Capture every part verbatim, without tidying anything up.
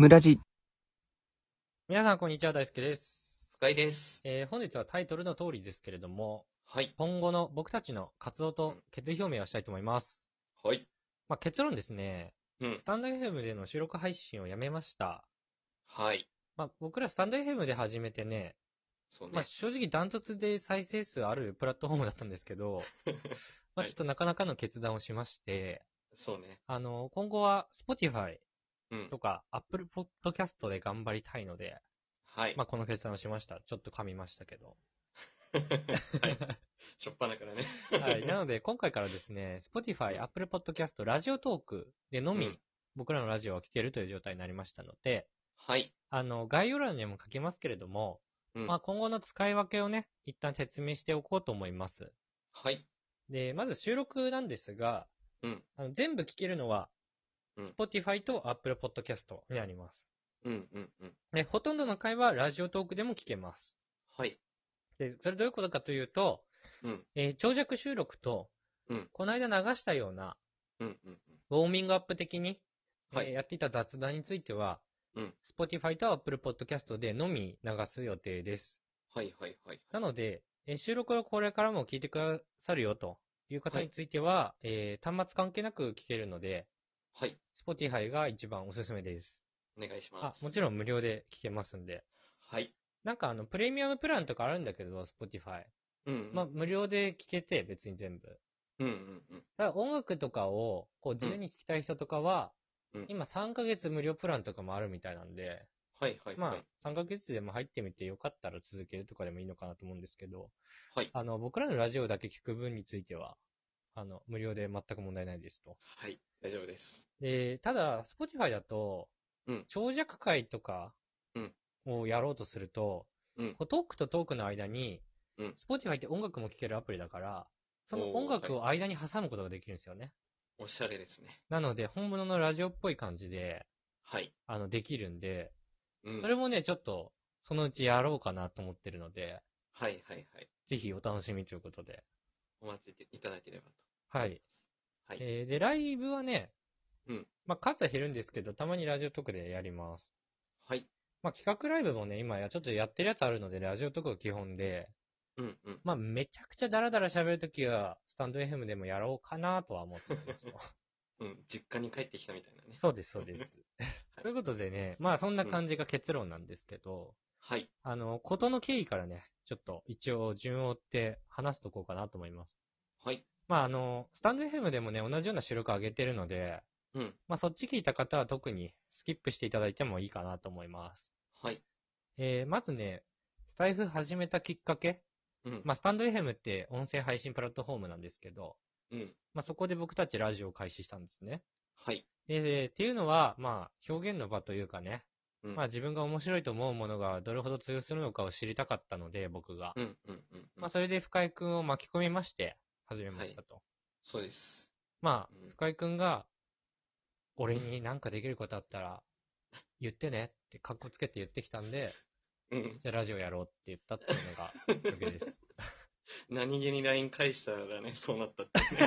ムラジ。 皆さん、こんにちは。大輔です。 深井です。 えー本日はタイトルの通りですけれども、 はい。 今後の僕たちの活動と決意表明をしたいと思います。 はい。 まあ、結論ですね、 うんス。タンド エフエム での収録配信をやめました。 はい。 まあ、僕らスタンド エフエム で始めてね、 そうね。 まあ、正直ダントツで再生数あるプラットフォームだったんですけど、まあ、 はいちょっとなかなかの決断をしまして、 そうね。 あの、今後は Spotify うん。 とか Apple Podcast で頑張りたいので、 はい。 まあ、この決断をしました。ちょっと噛みましたけど。 はい。しょっぱなからね。 はい。なので、今回からですね、Spotify、Apple Podcast、ラジオトークでのみ、 うん僕らのラジオを聴けるという状態になりましたので、 はい。 あの、概要欄にも書きますけれども、 うん。 まあ、今後の使い分けをね、一旦説明しておこうと思います。 はい。 で、まず収録なんですが、 うん。 あの全部聞けるのは、 うん Spotify と Apple Podcast になります。 うん。うん。うん。 で、ほとんどの回はラジオトークでも聞けます。 はい。 で、それどういうことかというと、 うん。 えー長尺収録と、 うん。 この間流したような、 うん。うん。 ウォーミングアップ的に、 はいえーやっていた雑談については、 うん。 Spotify と Apple Podcast でのみ流す予定です。 はい。はい。はい。 なので、えー収録をこれからも聞いてくださるよという方については、えー端末関係なく聞けるので、 はい。 Spotify が一番おすすめです。 お願いしあま、す。 もちろん無料で聞けますんで。 はい。 なんかあの、プレミアムプランとかあるんだけど、Spotify。 うん。 まあ、無料で聞けて、別に全部。 うん。うん。うん。 ただ音楽とかを、こう自由に聞きたい人とかは、 うん今さんかげつ無料プランとかもあるみたいなんで、 はい。はい。 まあはい。、 さんかげつでも入ってみてよかったら続けるとかでもいいのかなと思うんですけど、 はい。 あの、僕らのラジオだけ聞く分については、あの、無料で全く問題ないですと。 はい。大丈夫です。 で、ただ、Spotify だと、 うん長尺回とかうんをやろうとすると、 うんこうトークとトークの間に、 うん Spotify って音楽も聴けるアプリだから、そのおー音楽を間に挟むことができるんですよね。 おしゃれですね。 なので、本物のラジオっぽい感じで、 はい。 あの、できるんで、 うん。 それもね、ちょっと、そのうちやろうかなと思ってるので、 はい。はい。はい。 ぜひお楽しみということで。 お待ちいただければと。 はい。 はい。 えーで、ライブはね、 うんまあ、数は減るんですけど、たまにラジオトークでやります。 はい。 まあ、企画ライブもね、今やちょっとやってるやつあるので、ラジオトークが基本で、 うん。うん。 まあ、めちゃくちゃダラダラ喋るときは、スタンド エフエム でもやろうかなとは思ってますと。 うん。実家に帰ってきたみたいなね。 そうです、そうです。 はいということでね、まあ、そんな感じが結論なんですけど、 はい。 あの、ことの経緯からね、ちょっと一応順を追って話すとこうかなと思います。 はい。 まあ、あの、スタンド エフエム でもね、同じような収録上げてるので、 うん。 まあ、そっち聞いた方は特にスキップしていただいてもいいかなと思います。 はい。 えー、まずね、スタイフ始めたきっかけ。 うん。 まあ、スタンド エフエム って音声配信プラットフォームなんですけど、 うん。 まあ、そこで僕たちラジオを開始したんですね。 はい。 で、っていうのは、まあ、表現の場というかね、 うん。 まあ、自分が面白いと思うものがどれほど通用するのかを知りたかったので、僕が。 うん。うん。うん。 まあ、それで深井くんを巻き込みまして、始めましたと。 そうです。 まあうん、 深井くんが、俺になんかできることあったら、言ってねってカッコつけて言ってきたんで、 うん。 じゃあラジオやろうって言ったっていうのが、わけです。 何気に ライン 返したらね、そうなったっていう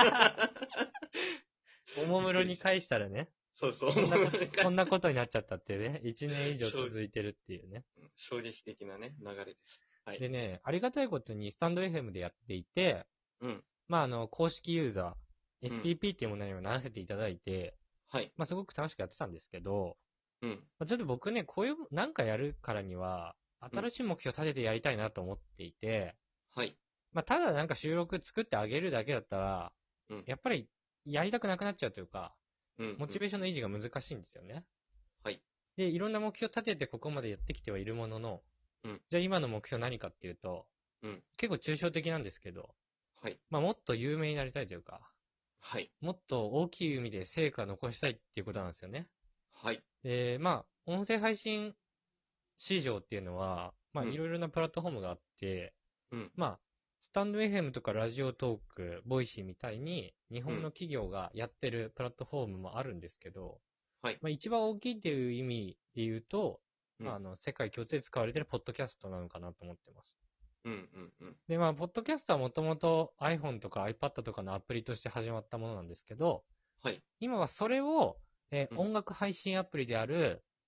ね。 おもむろに返したらね、 そうそう。 こんなことこんなことになっちゃったっていうね、一年以上続いてるっていうね。 衝撃的なね、流れです。はい。 でね、ありがたいことにスタンド エフエム でやっていて、 うん。 まあ、あの、公式ユーザー、 うんエスピーピー っていうものにもならせていただいて、 はい。 まあ、すごく楽しくやってたんですけど、 うん。 まあちょっと僕ね、こういう、なんかやるからには、新しい目標立ててやりたいなと思っていて、 はい。 まあ、ただなんか収録作ってあげるだけだったら、 うんやっぱりやりたくなくなっちゃうというか、 うん。 モチベーションのい維持が難しいんですよね。 はい。 で、いろんな目標立ててここまでやってきてはいるものの、 うんじゃあ今の目標何かっていうと、 うん結構抽象的なんですけど、 はい。 まあ、もっと有名になりたいというか、 はい。 もっと大きい意味で成果を残したいっていうことなんですよね。 はい。 で、まあ、音声配信市場っていうのは、まあ、 うんいろいろなプラットフォームがあって、 うん。 まあ、スタンド エフエム とかラジオトーク、ボイシーみたいに、日本の企業がやってるプラットフォームもあるんですけど、 はい。 まあ、一番大きいっていう意味で言うと、 うんまあ、あの、世界共通で使われてるポッドキャストなのかなと思ってます。 うんうんうん。 で、まあ、ポッドキャストはもともと iPhone とか iPad とかのアプリとして始まったものなんですけど、 はい。 今はそれを、えーうん音楽配信アプリである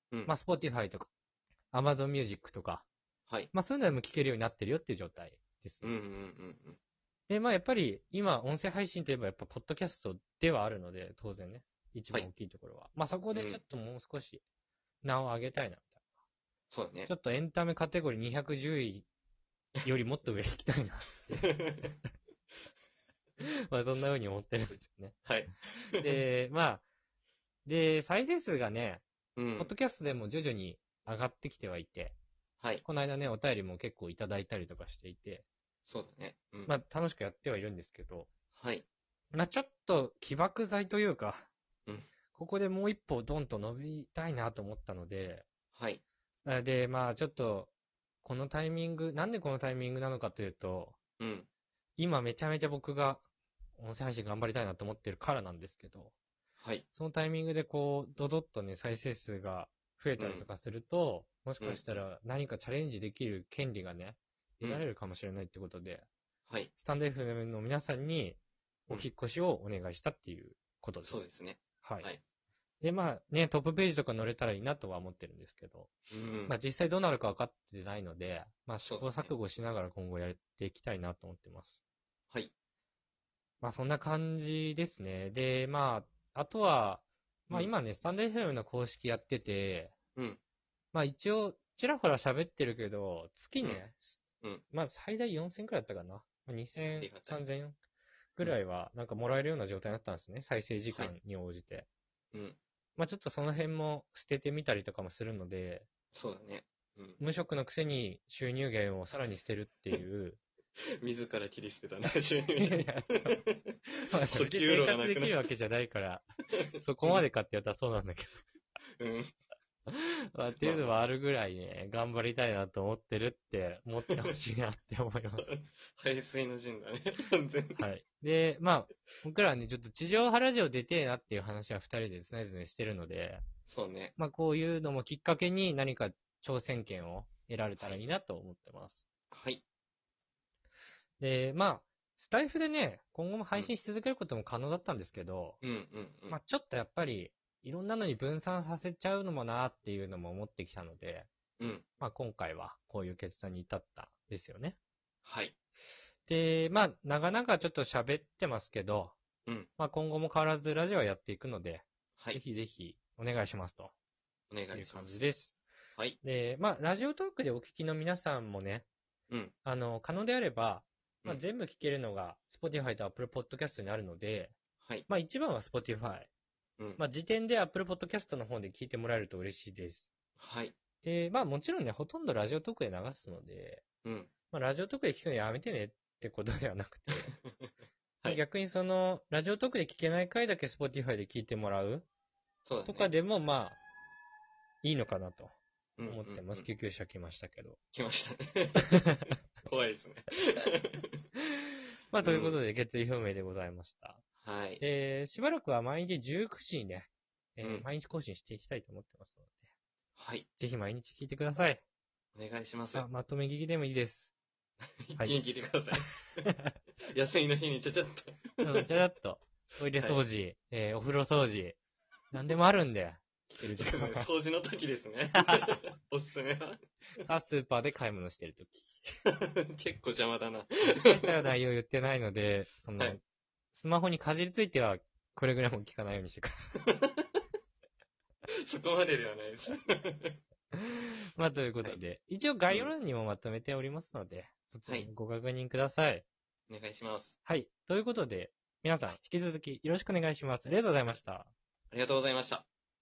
うん。 まあ、Spotify とか、Amazon Music とか、 はい。 まあ、そういうのでも聞けるようになってるよっていう状態ですね。 うんうんうんうん。 で、まあ、やっぱり、今、音声配信といえば、やっぱ、ポッドキャストではあるので、当然ね。一番大きいところは。まあ、そこでちょっともう少し、名を上げたいな、みたいそうだな。ちね。 ょっとエンタメカテゴリーにひゃくじゅういよりもっと上行きたいなって。まあ、そんな風に思ってるんですよね。 はい。 で、まあ、で、再生数がね、 うんポッド。キャストでも徐々に上がってきてはいて、 はい。 この間ね、お便りも結構いただいたりとかしていて、 そうだね。うん。 まあ、楽しくやってはいるんですけど、 はい。 まあ、ちょっと起爆剤というか、 うんここでもう一歩ドンと伸びたいなと思ったので、 はい。 あで、まあ、ちょっと、このタイミング、なんでこのタイミングなのかというと、 うん。 今めちゃめちゃ僕が音声配信頑張りたいなと思ってるからなんですけど、 はい。 そのタイミングでこう、ドドッとね、再生数が増えたりとかすると、もしかしたら何かチャレンジできる権利がね、得られるかもしれないってことで、 はい。 スタンド エフエム の皆さんにお引っ越しをお願いしたっていうことです。 そうですね。 はい。 はい。 で、まあね、トップページとか載れたらいいなとは思ってるんですけど、 うん。 まあ実際どうなるか分かってないので、まあ試行そうだね錯誤しながら今後やっていきたいなと思ってます。 はい。 まあそんな感じですね。で、まあ、あとは、まあ今ね、スタンド エフエム の公式やってて、 うん。 まあ一応、ちらほら喋ってるけど、月ね、 うんうんまあ最大よんせんくらいだったかな。まあにせんありが、たいさんぜんぐらいはなんかもらえるような状態になったんですね。再生時間に応じて。 うん。 まあちょっとその辺も捨ててみたりとかもするので、 そうだね。うん。 無職のくせに収入源をさらに捨てるっていう。 自ら切り捨てたな、収入いやまあそれで生活できるわけじゃないから、そこまでかってやったらそうなんだけど。 うん。 まあ、っていうのはあるぐらいね、頑張りたいなと思ってるって思ってほしいなって思います。 排水の陣だね。完全に。 はい。で、まあ、僕らはね、ちょっと地上波ラジオ出てえなっていう話は二人で常々してるので、 そうね。 まあこういうのもきっかけに何か挑戦権を得られたらいいなと思ってます。 はい。 で、まあ、スタイフでね、今後も配信し続けることも可能だったんですけど、 うんうんうん。 まあちょっとやっぱり、いろんなのに分散させちゃうのもなーっていうのも思ってきたので、 うん。 まあ今回はこういう決断に至ったんですよね。 はい。 で、まあ、長々ちょっと喋ってますけど、 うん。 まあ今後も変わらずラジオはやっていくので、ぜはい。 ひぜひお願いしますとお願いういします。 感じです。 はい。 で、まあ、ラジオトークでお聞きの皆さんもね、 うん。 あの、可能であれば、まあ、 うん全部聞けるのが Spotify と Apple Podcast になるので、 はい。 まあ一番は Spotify。 うん。 まあ時点で Apple Podcast の方で聞いてもらえると嬉しいです。 はい。 で、まあもちろんね、ほとんどラジオトークで流すので、 うん。 まあラジオトークで聞くのやめてねってことではなくて、 はい逆にその、ラジオトークで聞けない回だけ Spotify で聞いてもらうそうだね。 とかでもまあ、いいのかなとうん思ってます。 うんうん救急車来ましたけど。 来ましたね。怖いですね。 まあということで決意表明でございました。 はい。 で、しばらくは毎日じゅうくじにね、えーうん毎日更新していきたいと思ってますので、 はい。 ぜひ毎日聞いてください。 お願いします。 あまとめ聞きでもいいです。 一気に聞いてください。休みの日にちゃちゃっと。 うんちゃっと、トイレ掃除、えーお風呂掃除、なんでもあるんで、聞ける時間が。 掃除の時ですね。おすすめは。 あスーパーで買い物してる時。 結構邪魔だな。 大した内容言ってないので、その、 はいスマホにかじりついては、これぐらいも聞かないようにしてください。 そこまでではないです。 まあ、ということで、一応概要欄にもまとめておりますので、そちらにご確認ください。 お願いします。 はい。ということで、皆さん、引き続きよろしくお願いします。ありがとうございました。 ありがとうございました。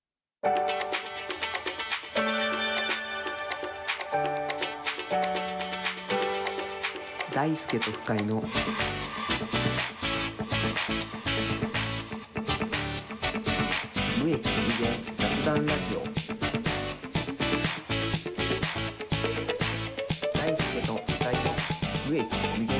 大輔と深井の無益無限雑談ラジオ。大輔と深井の無益無限